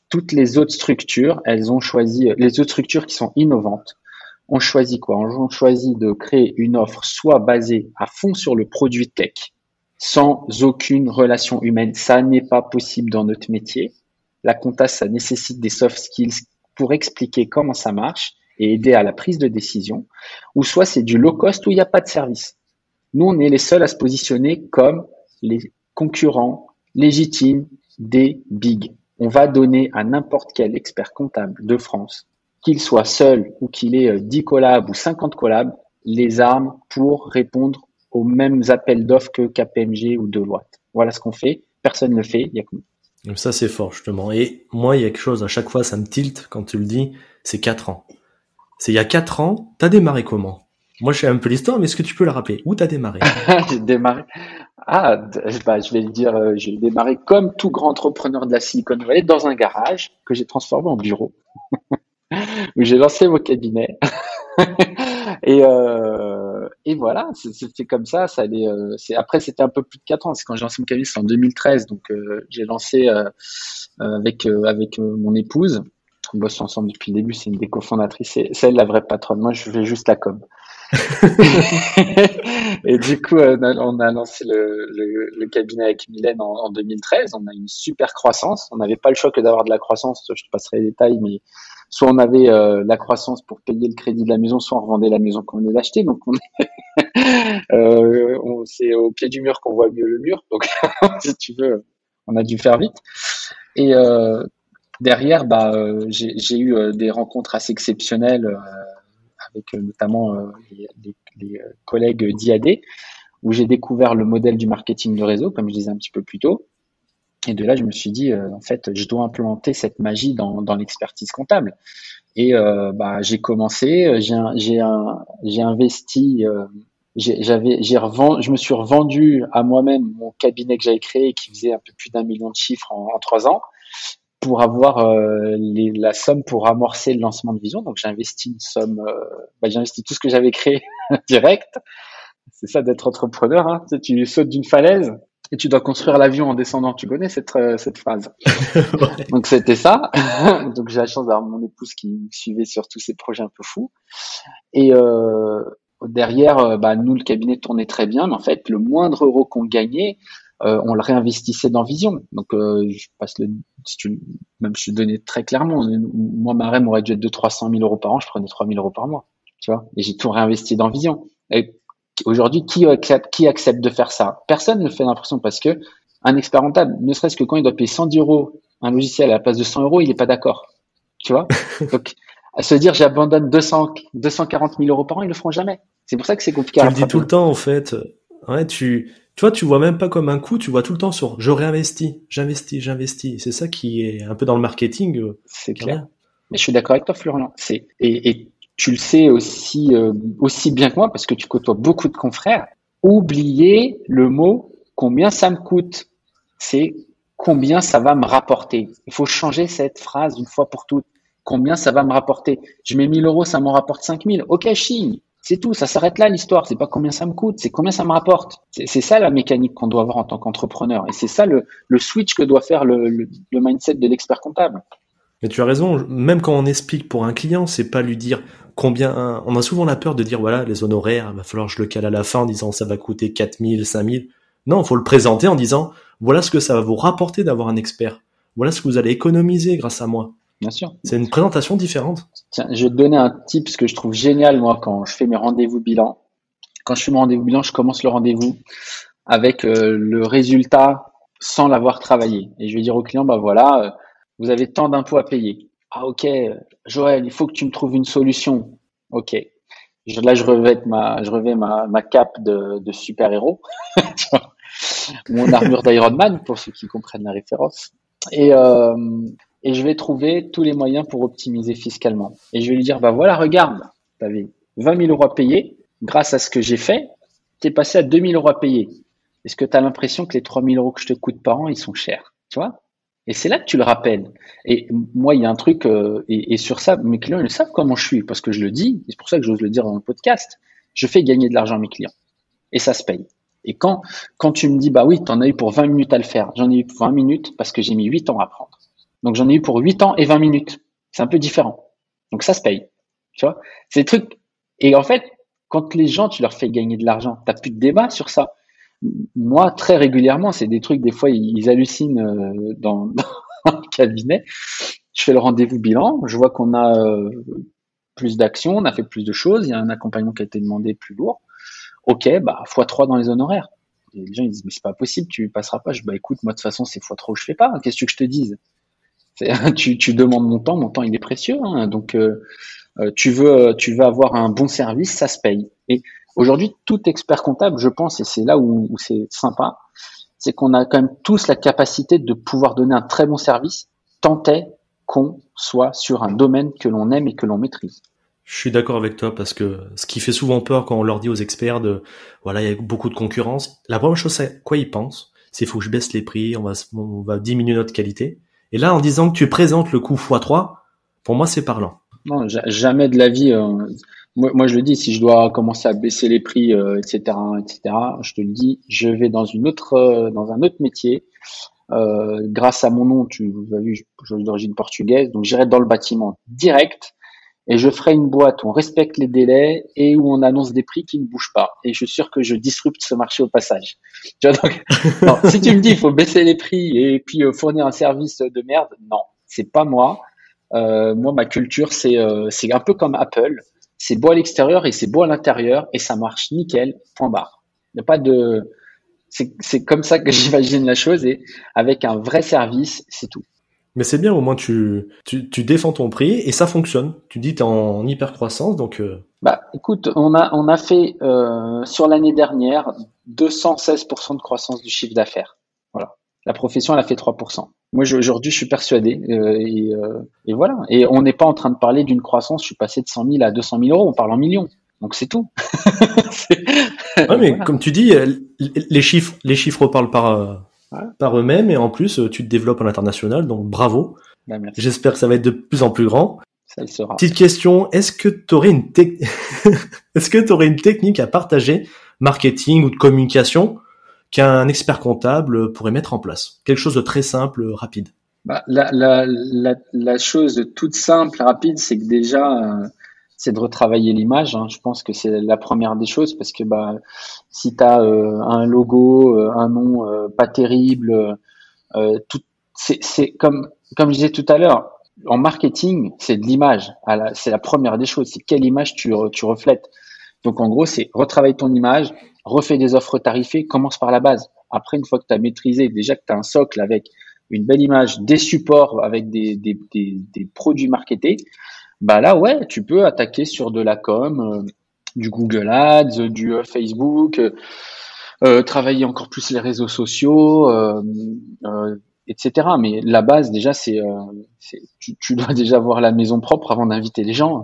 Toutes les autres structures, elles ont choisi, les autres structures qui sont innovantes, ont choisi quoi? On choisi de créer une offre soit basée à fond sur le produit tech, sans aucune relation humaine. Ça n'est pas possible dans notre métier. La compta, ça nécessite des soft skills pour expliquer comment ça marche et aider à la prise de décision. Ou soit c'est du low cost où il n'y a pas de service. Nous, on est les seuls à se positionner comme les concurrents légitimes des big. On va donner à n'importe quel expert comptable de France, qu'il soit seul ou qu'il ait dix collabs ou cinquante collabs, les armes pour répondre aux mêmes appels d'offres que K P M G ou Deloitte. Voilà ce qu'on fait. Personne ne le fait, il y a que nous. Ça, c'est fort, justement. Et moi, il y a quelque chose, à chaque fois, ça me tilte quand tu le dis, c'est quatre ans. C'est il y a quatre ans, t'as démarré comment? Moi, je sais un peu l'histoire, mais est-ce que tu peux la rappeler? Où t'as démarré? J'ai démarré. Ah, bah, je vais le dire, euh, j'ai démarré comme tout grand entrepreneur de la Silicon Valley dans un garage que j'ai transformé en bureau, où j'ai lancé mon cabinet. et, euh, et voilà, c'était comme ça. Ça allait. Euh, c'est, après, c'était un peu plus de quatre ans. C'est quand j'ai lancé mon cabinet, c'est en deux mille treize. Donc, euh, j'ai lancé euh, avec euh, avec euh, mon épouse. On bosse ensemble depuis le début. C'est une des cofondatrices. C'est, c'est elle la vraie patronne. Moi, je fais juste la com. Et du coup, on a, on a lancé le, le, le cabinet avec Mylène en, en deux mille treize. On a une super croissance. On n'avait pas le choix que d'avoir de la croissance. Je te passerai les détails, mais soit on avait euh, la croissance pour payer le crédit de la maison, soit on revendait la maison qu'on venait d'acheter. Donc, on est, euh, on, c'est au pied du mur qu'on voit mieux le mur. Donc, si tu veux, on a dû faire vite. Et euh, derrière, bah, euh, j'ai, j'ai eu euh, des rencontres assez exceptionnelles. Euh, avec euh, notamment euh, les, les, les collègues d'I A D, où j'ai découvert le modèle du marketing de réseau, comme je disais un petit peu plus tôt. Et de là, je me suis dit, euh, en fait, je dois implémenter cette magie dans, dans l'expertise comptable. Et euh, bah, j'ai commencé, j'ai, j'ai, un, j'ai investi, euh, j'ai, j'avais, j'ai revendu, je me suis revendu à moi-même mon cabinet que j'avais créé, qui faisait un peu plus d'un million de chiffres en, en trois ans, pour avoir euh, les, la somme pour amorcer le lancement de Vision. Donc j'ai investi une somme, euh, bah, j'ai investi tout ce que j'avais créé direct. C'est ça d'être entrepreneur, hein. Tu sais, tu sautes d'une falaise et tu dois construire l'avion en descendant. Tu connais cette euh, cette phrase? Ouais. Donc c'était ça. Donc j'ai la chance d'avoir mon épouse qui me suivait sur tous ces projets un peu fous. Et euh, derrière, euh, bah, nous le cabinet tournait très bien, mais en fait le moindre euro qu'on gagnait, Euh, on le réinvestissait dans Vision. Donc, euh, je passe le, si tu, même je te donnais très clairement, moi, ma R E M aurait dû être de trois cent mille euros par an, je prenais trois mille euros par mois, tu vois, et j'ai tout réinvesti dans Vision. Et aujourd'hui, qui accepte, qui accepte de faire ça? Personne ne fait l'impression, parce que un expert rentable, ne serait-ce que quand il doit payer cent dix euros un logiciel à la place de cent euros, il est pas d'accord, tu vois. Donc, à se dire, j'abandonne deux cents, deux cent quarante mille euros par an, ils le feront jamais. C'est pour ça que c'est compliqué. Tu le dis tout le temps, en fait. Ouais, tu, tu vois, tu vois même pas comme un coût, tu vois tout le temps sur je réinvestis, j'investis, j'investis. C'est ça qui est un peu dans le marketing. C'est clair. Mais je suis d'accord avec toi, Florian. C'est, et, et tu le sais aussi, euh, aussi bien que moi, parce que tu côtoies beaucoup de confrères. Oubliez le mot combien ça me coûte. C'est combien ça va me rapporter. Il faut changer cette phrase une fois pour toutes. Combien ça va me rapporter? Je mets mille euros, ça m'en rapporte cinq mille. Ok, chigne. C'est tout, ça s'arrête là l'histoire. C'est pas combien ça me coûte, c'est combien ça me rapporte. C'est, c'est ça la mécanique qu'on doit avoir en tant qu'entrepreneur. Et c'est ça le, le switch que doit faire le, le, le mindset de l'expert comptable. Mais tu as raison, même quand on explique pour un client, c'est pas lui dire combien. On a souvent la peur de dire voilà, les honoraires, il va falloir que je le cale à la fin en disant ça va coûter quatre mille, cinq mille. Non, il faut le présenter en disant voilà ce que ça va vous rapporter d'avoir un expert. Voilà ce que vous allez économiser grâce à moi. Bien sûr. C'est une présentation différente. Tiens, je vais te donner un tip, ce que je trouve génial, moi, quand je fais mes rendez-vous bilan. Quand je fais mon rendez-vous bilan, je commence le rendez-vous avec euh, le résultat sans l'avoir travaillé. Et je vais dire au client, bah voilà, euh, vous avez tant d'impôts à payer. Ah ok, Joël, il faut que tu me trouves une solution. Ok. Je, là, je revais ma, je revais ma, ma cape de, de super-héros. Mon armure d'Iron Man, pour ceux qui comprennent la référence. Et... Euh, Et je vais trouver tous les moyens pour optimiser fiscalement. Et je vais lui dire, bah voilà, regarde, tu avais vingt mille euros à payer. Grâce à ce que j'ai fait, tu es passé à deux mille euros à payer. Est-ce que tu as l'impression que les trois mille euros que je te coûte par an, ils sont chers? Tu vois? Et c'est là que tu le rappelles. Et moi, il y a un truc, euh, et, et sur ça, mes clients, ils savent comment je suis, parce que je le dis, et c'est pour ça que j'ose le dire dans le podcast. Je fais gagner de l'argent à mes clients. Et ça se paye. Et quand, quand tu me dis, bah oui, tu en as eu pour vingt minutes à le faire, j'en ai eu pour vingt minutes parce que j'ai mis huit ans à apprendre. Donc j'en ai eu pour huit ans et vingt minutes. C'est un peu différent. Donc ça se paye. Tu vois, c'est des trucs. Et en fait, quand les gens, tu leur fais gagner de l'argent, t'as plus de débat sur ça. Moi, très régulièrement, c'est des trucs, des fois, ils hallucinent euh, dans, dans le cabinet. Je fais le rendez-vous bilan, je vois qu'on a euh, plus d'actions, on a fait plus de choses, il y a un accompagnement qui a été demandé plus lourd. Ok, bah fois trois dans les honoraires. Et les gens ils disent mais c'est pas possible, tu passeras pas. Je dis, bah écoute, moi de toute façon c'est fois trois, je fais pas. Qu'est-ce que je te dise? C'est, tu, tu demandes mon temps, mon temps il est précieux. Hein, donc euh, euh, tu veux tu veux avoir un bon service, ça se paye. Et aujourd'hui tout expert comptable, je pense, et c'est là où, où c'est sympa, c'est qu'on a quand même tous la capacité de pouvoir donner un très bon service, tant est qu'on soit sur un domaine que l'on aime et que l'on maîtrise. Je suis d'accord avec toi parce que ce qui fait souvent peur quand on leur dit aux experts de voilà, il y a beaucoup de concurrence, la première chose c'est quoi ils pensent, c'est faut que je baisse les prix, on va on va diminuer notre qualité. Et là en disant que tu présentes le coût fois trois, pour moi c'est parlant. Non, jamais de la vie. Euh, moi, moi, je le dis, si je dois commencer à baisser les prix, euh, et cetera, et cetera, je te le dis, je vais dans une autre, euh, dans un autre métier. Euh, grâce à mon nom, tu as vu, je suis d'origine portugaise, donc j'irai dans le bâtiment direct et je ferai une boîte où on respecte les délais et où on annonce des prix qui ne bougent pas. Et je suis sûr que je disrupte ce marché au passage. Tu vois, donc, non, si tu me dis il faut baisser les prix et puis euh, fournir un service de merde, non, c'est pas moi. Euh, moi, ma culture, c'est euh, c'est un peu comme Apple. C'est beau à l'extérieur et c'est beau à l'intérieur et ça marche nickel. Point barre. Il n'y a pas de. C'est c'est comme ça que j'imagine la chose et avec un vrai service, c'est tout. Mais c'est bien, au moins tu, tu, tu défends ton prix et ça fonctionne. Tu dis t'es en hyper croissance, donc euh... Bah, écoute, on a on a fait euh, sur l'année dernière deux cent seize pour cent de croissance du chiffre d'affaires. Voilà. La profession, elle a fait trois pour cent. Moi, je, aujourd'hui, je suis persuadé euh, et, euh, et voilà. Et on n'est pas en train de parler d'une croissance. Je suis passé de cent mille à deux cent mille euros. On parle en millions. Donc c'est tout. c'est... Ouais, mais voilà. Comme tu dis, les chiffres, les chiffres parlent par Ouais. par eux-mêmes et en plus tu te développes à l'international, donc bravo. Ben, merci. J'espère que ça va être de plus en plus grand. Ça le sera. Petite question, est-ce que tu aurais une te... est-ce que tu aurais une technique à partager, marketing ou de communication, qu'un expert comptable pourrait mettre en place? Quelque chose de très simple, rapide. Bah, la, la, la, la chose toute simple, rapide, c'est que déjà euh, c'est de retravailler l'image. Hein. Je pense que c'est la première des choses parce que bah si tu as euh, un logo, euh, un nom euh, pas terrible, euh, tout, c'est, c'est comme comme je disais tout à l'heure, en marketing, c'est de l'image. La, c'est la première des choses. C'est quelle image tu, tu reflètes. Donc en gros, c'est retravaille ton image, refais des offres tarifées, commence par la base. Après, une fois que tu as maîtrisé, déjà que tu as un socle avec une belle image, des supports avec des, des, des, des produits marketés, bah là, ouais, tu peux attaquer sur de la com, euh, du Google Ads, du euh, Facebook, euh, euh, travailler encore plus les réseaux sociaux, euh, euh, et cetera. Mais la base, déjà, c'est, euh, c'est tu, tu dois déjà avoir la maison propre avant d'inviter les gens.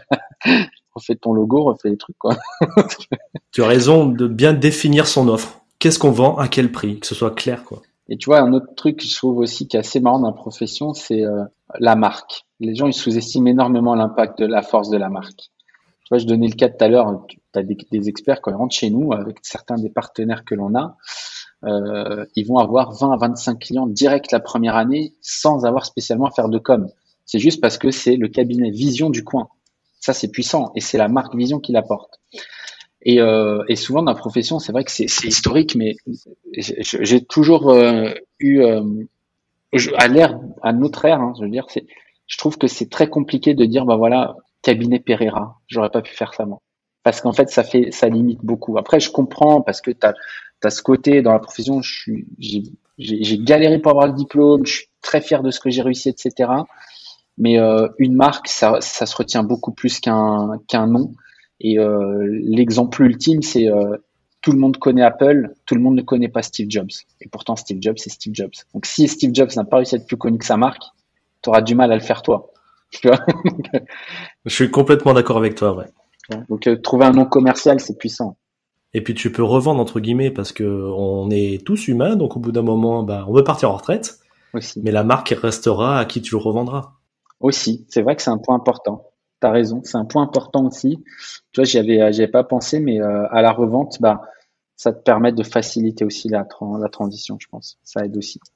Refais ton logo, refais les trucs, quoi. Tu as raison de bien définir son offre. Qu'est-ce qu'on vend, à quel prix, que ce soit clair, quoi. Et tu vois, un autre truc que je trouve aussi qui est assez marrant dans la profession, c'est euh, la marque. Les gens, ils sous-estiment énormément l'impact de la force de la marque. Tu vois, je donnais le cas tout à l'heure, tu as des, des experts quand ils rentrent chez nous, avec certains des partenaires que l'on a, euh, ils vont avoir vingt à vingt-cinq clients directs la première année sans avoir spécialement à faire de com. C'est juste parce que c'est le cabinet Vision du coin. Ça, c'est puissant et c'est la marque Vision qui l'apporte. Et, euh, et souvent dans la profession, c'est vrai que c'est, c'est historique, mais j'ai, j'ai toujours euh, eu, euh, à l'ère, à notre ère, hein, je veux dire, c'est, je trouve que c'est très compliqué de dire, bah voilà, cabinet Pereira, j'aurais pas pu faire ça moi, parce qu'en fait, ça fait, ça limite beaucoup. Après, je comprends parce que t'as, t'as ce côté dans la profession, je suis, j'ai, j'ai, j'ai galéré pour avoir le diplôme, je suis très fier de ce que j'ai réussi, et cetera. Mais euh, une marque, ça, ça se retient beaucoup plus qu'un qu'un nom. Et euh, l'exemple ultime, c'est euh, tout le monde connaît Apple, tout le monde ne connaît pas Steve Jobs. Et pourtant, Steve Jobs, c'est Steve Jobs. Donc, si Steve Jobs n'a pas réussi à être plus connu que sa marque, tu auras du mal à le faire toi. Tu vois. Je suis complètement d'accord avec toi, ouais. Donc, euh, trouver un nom commercial, c'est puissant. Et puis, tu peux revendre, entre guillemets, parce que on est tous humains, donc au bout d'un moment, bah, on veut partir en retraite. Aussi. Mais la marque restera à qui tu le revendras. Aussi, c'est vrai que c'est un point important. T'as raison, c'est un point important aussi. Tu vois, j'y avais, j'y avais pas pensé, mais euh, à la revente, bah, ça te permet de faciliter aussi la, la transition, je pense. Ça aide aussi.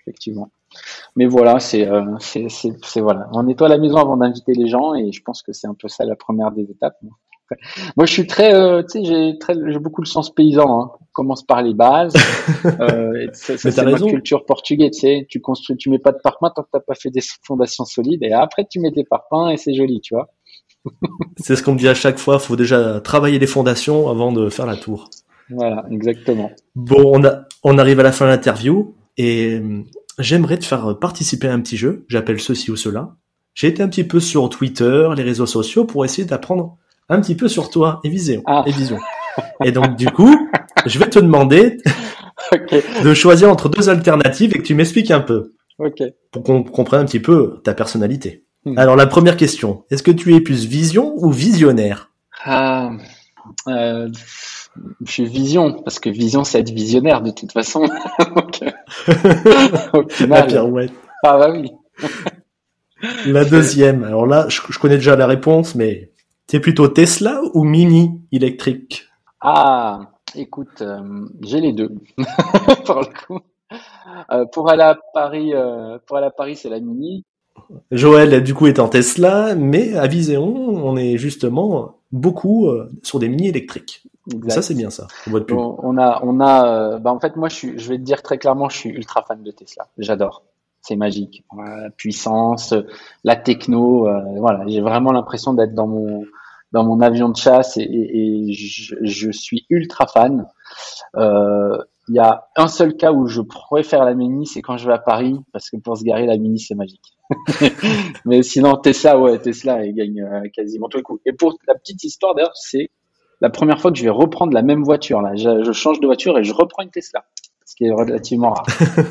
effectivement. Mais voilà, c'est, euh, c'est, c'est, c'est voilà. On nettoie la maison avant d'inviter les gens et je pense que c'est un peu ça la première des étapes. Moi, je suis très, euh, tu sais, j'ai très, j'ai beaucoup le sens paysan. Hein. On commence par les bases. Euh, et ça, ça Mais t'as c'est ma raison. culture portugaise. Tu sais, tu construis, tu mets pas de parpaing tant que t'as pas fait des fondations solides. Et après, tu mets tes parpaings et c'est joli, tu vois. C'est ce qu'on me dit à chaque fois. Faut déjà travailler les fondations avant de faire la tour. Voilà, exactement. Bon, on a, on arrive à la fin de l'interview et euh, j'aimerais te faire participer à un petit jeu. J'appelle ceci ou cela. J'ai été un petit peu sur Twitter, les réseaux sociaux pour essayer d'apprendre un petit peu sur toi et Vision. Ah. Et Vision. Et donc, du coup, je vais te demander Ok, de choisir entre deux alternatives et que tu m'expliques un peu ok. pour qu'on comprenne un petit peu ta personnalité. Hmm. Alors, la première question. Est-ce que tu es plus vision ou visionnaire? Ah, euh, je suis vision parce que vision, c'est être visionnaire de toute façon. Donc, au La final, pirouette. ah bah oui. La deuxième. Alors là, je, je connais déjà la réponse, mais t'es plutôt Tesla ou Mini électrique? Ah, écoute, euh, j'ai les deux pour le coup. Euh, pour aller à Paris, euh, pour aller à Paris, c'est la Mini. Joël, du coup, est en Tesla, mais à Viséon, on est justement beaucoup euh, sur des Mini électriques. Exact. Ça, c'est bien ça. On voit de pub. On, on a, on a. euh, bah en fait, moi, je suis, je vais te dire très clairement, je suis ultra fan de Tesla. J'adore. C'est magique. Voilà, la puissance, euh, la techno. euh, voilà, j'ai vraiment l'impression d'être dans mon, dans mon avion de chasse et, et, et je, je suis ultra fan. Euh, Il y a un seul cas où je préfère la Mini, c'est quand je vais à Paris, parce que pour se garer, la Mini, c'est magique. Mais sinon, Tesla, ouais, Tesla, elle gagne euh, quasiment tout le coup. Et pour la petite histoire, d'ailleurs, c'est la première fois que je vais reprendre la même voiture. Là, je, je change de voiture et je reprends une Tesla, ce qui est relativement rare.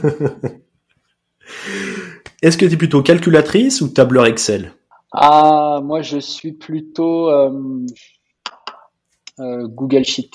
Est-ce que tu es plutôt calculatrice ou tableur Excel? Ah, moi, je suis plutôt euh, euh, Google Sheet.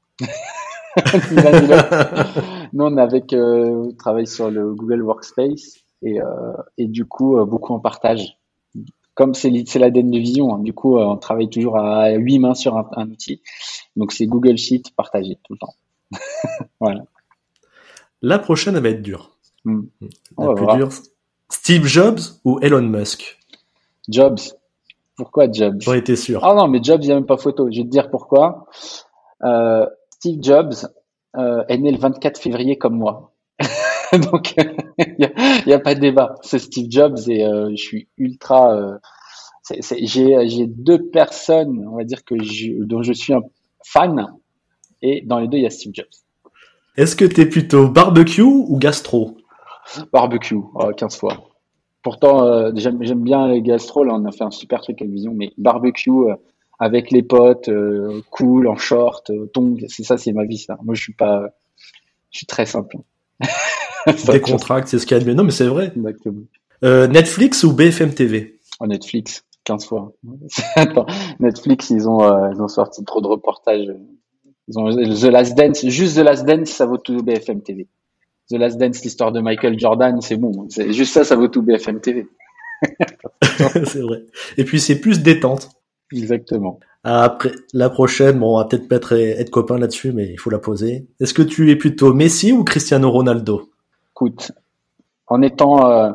Nous, on avec, euh, on travaille sur le Google Workspace et, euh, et du coup, euh, beaucoup en partage. Comme c'est c'est l'A D N de Vision, hein, du coup, euh, on travaille toujours à huit mains sur un, un outil. Donc, c'est Google Sheet partagé tout le temps. Voilà. La prochaine, elle va être dure. Mm. La On va plus voir. dure. Steve Jobs ou Elon Musk? Jobs. Pourquoi Jobs? J'en étais sûr. Ah non, mais Jobs, il n'y a même pas photo. Je vais te dire pourquoi. Euh, Steve Jobs euh, est né le vingt-quatre février comme moi. Donc, il n'y a, y a pas de débat. C'est Steve Jobs et euh, je suis ultra... Euh, c'est- c'est- j'ai, j'ai deux personnes, on va dire, que je, dont je suis un fan et dans les deux, il y a Steve Jobs. Est-ce que t'es plutôt barbecue ou gastro? Barbecue, oh, quinze fois. Pourtant, euh, j'aime, j'aime bien les gastro. Là, on a fait un super truc avec Vision, mais barbecue euh, avec les potes, euh, cool, en short, euh, tongs, c'est ça, c'est ma vie, ça. Moi, je suis pas, je suis très simple. Ça, Décontracte, c'est ce qu'il y a de mieux. Non, mais c'est vrai. exactement. Euh, Netflix ou B F M T V? Oh, Netflix, quinze fois. Attends, Netflix, ils ont, euh, ils ont sorti trop de reportages. Ils ont The Last Dance, juste The Last Dance, ça vaut tout B F M T V. The Last Dance, l'histoire de Michael Jordan, c'est bon. C'est, juste ça, ça vaut tout B F M T V. C'est vrai. Et puis c'est plus détente. Exactement. Après, la prochaine, bon, on va peut-être pas être, être copains là-dessus, mais il faut la poser. Est-ce que tu es plutôt Messi ou Cristiano Ronaldo? Écoute, en étant, euh...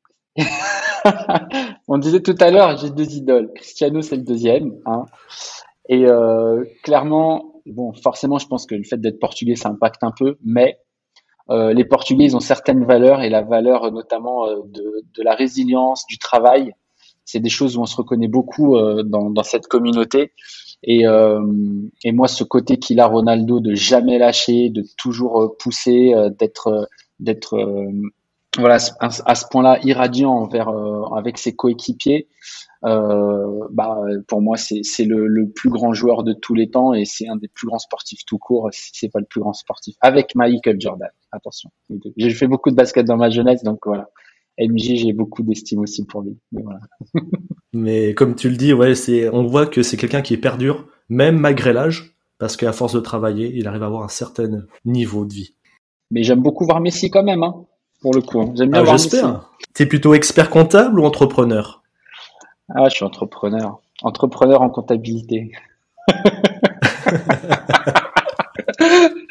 on disait tout à l'heure, j'ai deux idoles. Cristiano, c'est le deuxième, hein. Et euh, clairement, bon, forcément, je pense que le fait d'être portugais, ça impacte un peu, mais euh, les Portugais, ils ont certaines valeurs et la valeur euh, notamment euh, de, de la résilience, du travail. C'est des choses où on se reconnaît beaucoup euh, dans, dans cette communauté. Et, euh, et moi, ce côté qu'il a Ronaldo de jamais lâcher, de toujours euh, pousser, euh, d'être, euh, d'être, euh, voilà, à, à ce point-là irradiant envers, euh, avec ses coéquipiers. Euh, bah, pour moi, c'est, c'est le, le plus grand joueur de tous les temps et c'est un des plus grands sportifs tout court, si c'est pas le plus grand sportif, avec Michael Jordan. Attention. J'ai fait beaucoup de basket dans ma jeunesse, donc voilà. M J, j'ai beaucoup d'estime aussi pour lui. Mais voilà. Mais comme tu le dis, ouais, c'est, on voit que c'est quelqu'un qui perdure, même malgré l'âge, parce qu'à force de travailler, il arrive à avoir un certain niveau de vie. Mais j'aime beaucoup voir Messi quand même, hein, pour le coup. J'aime bien Ah, voir j'espère. Messi. T'es plutôt expert comptable ou entrepreneur? Ah, je suis entrepreneur. Entrepreneur en comptabilité.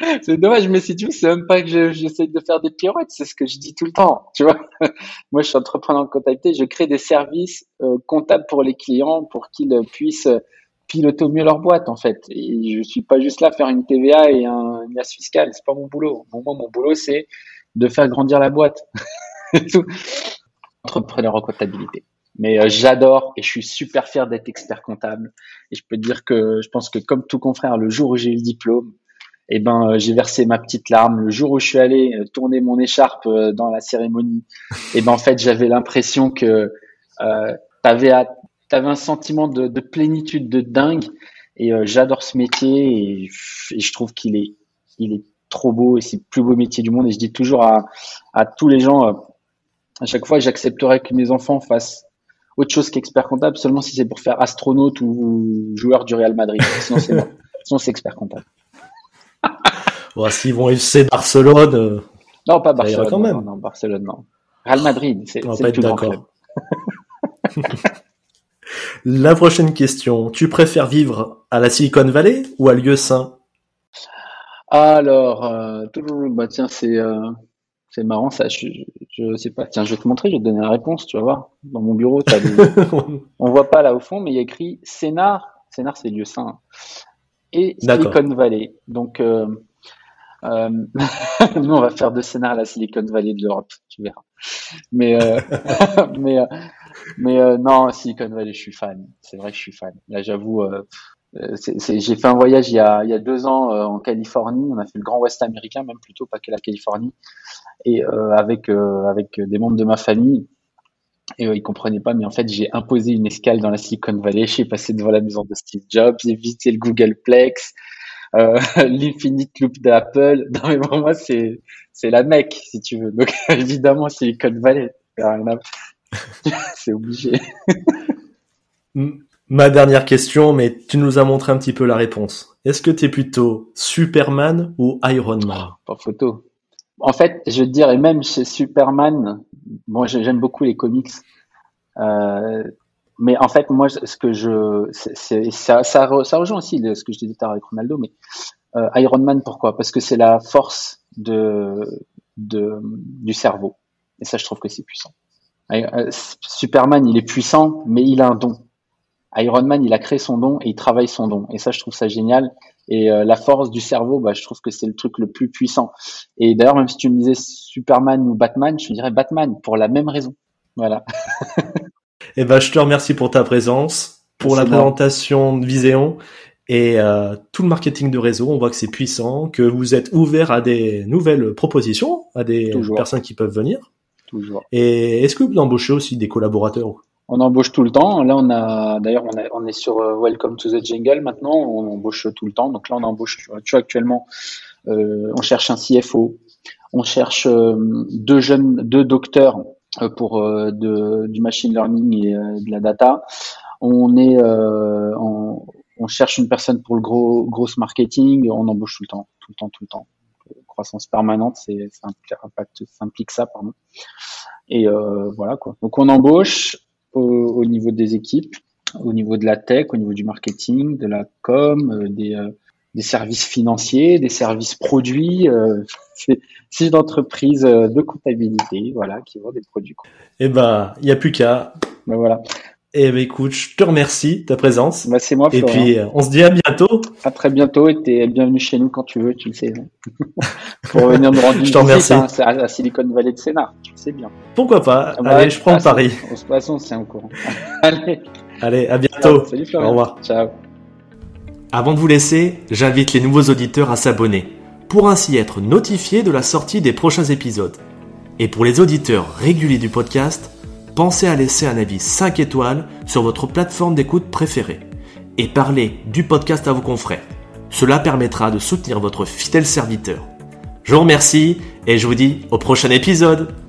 C'est dommage, mais si tu veux, c'est même pas que je- j'essaie de faire des pirouettes, c'est ce que je dis tout le temps, tu vois. Moi, je suis entrepreneur en comptabilité, je crée des services euh, comptables pour les clients pour qu'ils euh, puissent euh, piloter au mieux leur boîte, en fait. Et je suis pas juste là à faire une T V A et un, une liasse fiscale, c'est pas mon boulot. Bon, moi, mon boulot, c'est de faire grandir la boîte. C'est tout. Entrepreneur en comptabilité. Mais euh, j'adore et je suis super fier d'être expert comptable. Et je peux te dire que je pense que comme tout confrère, le jour où j'ai eu le diplôme, eh ben, euh, j'ai versé ma petite larme. Le jour où je suis allé euh, tourner mon écharpe euh, dans la cérémonie, eh ben, en fait, j'avais l'impression que euh, t'avais, à- t'avais un sentiment de, de plénitude de dingue. Et euh, j'adore ce métier et, et je trouve qu'il est, il est trop beau et c'est le plus beau métier du monde. Et je dis toujours à, à tous les gens, euh, à chaque fois, j'accepterais que mes enfants fassent autre chose qu'expert comptable seulement si c'est pour faire astronaute ou joueur du Real Madrid. Sinon, c'est bon. Sinon, c'est expert comptable. Bon, s'ils vont F C Barcelone, euh, Non, pas ça ira Barcelone. quand Non, même. non, non, Barcelone, non. Real Madrid, c'est on va c'est pas le être plus grand d'accord. club. La prochaine question. Tu préfères vivre à la Silicon Valley ou à Lieu Saint? Alors, euh, toujours, bah tiens, c'est euh, c'est marrant ça. Je, je, je sais pas. Tiens, je vais te montrer. Je vais te donner la réponse. Tu vas voir. Dans mon bureau, t'as des... on voit pas là au fond, mais il y a écrit Sénart. Sénart, c'est Lieu Saint. Et D'accord. Silicon Valley. Donc, euh, euh, nous, on va faire de Sénart la Silicon Valley de l'Europe. Tu verras. Mais euh, mais euh, mais euh, non, Silicon Valley, je suis fan. C'est vrai que je suis fan. Là, j'avoue. Euh, Euh, c'est, c'est- j'ai fait un voyage il y a, il y a deux ans euh, en Californie. On a fait le Grand Ouest américain, même plutôt pas que la Californie, et euh, avec euh, avec des membres de ma famille. Et euh, ils comprenaient pas, mais en fait, j'ai imposé une escale dans la Silicon Valley. J'ai passé devant la maison de Steve Jobs, j'ai visité le Googleplex, euh, l'Infinite Loop d'Apple. Non, mais pour moi, c'est c'est la Mecque, si tu veux. Donc évidemment, Silicon Valley, c'est rien à- c'est obligé. M- Ma dernière question, mais tu nous as montré un petit peu la réponse. Est-ce que tu es plutôt Superman ou Iron Man? Pas photo. En fait, je veux te dire, et même chez Superman, moi j'ai- j'aime beaucoup les comics, euh, mais en fait, moi, ce que je, c'est, c'est- ça, ça, re- ça rejoint aussi le- ce que je disais tout à l'heure avec Ronaldo, mais euh, Iron Man, pourquoi? Parce que c'est la force de, de, du cerveau. Et ça, je trouve que c'est puissant. I- euh, Superman, il est puissant, mais il a un don. Iron Man, il a créé son don et il travaille son don. Et ça, je trouve ça génial. Et euh, la force du cerveau, bah, je trouve que c'est le truc le plus puissant. Et d'ailleurs, même si tu me disais Superman ou Batman, je te dirais Batman pour la même raison. Voilà. Eh ben, je te remercie pour ta présence, pour C'est la moi. présentation de Viséon et euh, tout le marketing de réseau. On voit que c'est puissant, que vous êtes ouvert à des nouvelles propositions, à des Toujours. personnes qui peuvent venir. Toujours. Et est-ce que vous embauchez aussi des collaborateurs? On embauche tout le temps. Là, on a, d'ailleurs, on, a- on est sur euh, Welcome to the Jungle maintenant. On embauche tout le temps. Donc là, on embauche, tu vois, tu vois, actuellement, euh, on cherche un C F O. On cherche euh, deux jeunes, deux docteurs euh, pour euh, de, du machine learning et euh, de la data. On est, euh, en- on cherche une personne pour le gros, gros marketing. On embauche tout le temps, tout le temps, tout le temps. Croissance permanente, c'est, ça implique, ça implique ça, pardon. Et euh, voilà quoi. Donc on embauche au, au niveau des équipes, au niveau de la tech, au niveau du marketing, de la com, euh, des, euh, des services financiers, des services produits. Euh, c'est c'est une entreprise euh, de comptabilité, voilà, qui vend des produits. Quoi. Eh ben, il n'y a plus qu'à. Ben voilà. Eh ben, écoute, je te remercie de ta présence. Ben, c'est moi, Et Florent. puis, euh, on se dit à bientôt. À très bientôt et t'es bienvenu chez nous quand tu veux, tu le sais. Pour venir nous rendre une Je t'en visite, remercie. hein, c'est à la Silicon Valley de Sénart, tu le sais bien. Pourquoi pas? Ah bah, Allez, je prends le ah, pari. De toute façon, c'est en courant. Allez, Allez, à bientôt. salut Florent. Au revoir. Ciao. Avant de vous laisser, j'invite les nouveaux auditeurs à s'abonner pour ainsi être notifiés de la sortie des prochains épisodes. Et pour les auditeurs réguliers du podcast, pensez à laisser un avis cinq étoiles sur votre plateforme d'écoute préférée et parlez du podcast à vos confrères. Cela permettra de soutenir votre fidèle serviteur. Je vous remercie et je vous dis au prochain épisode.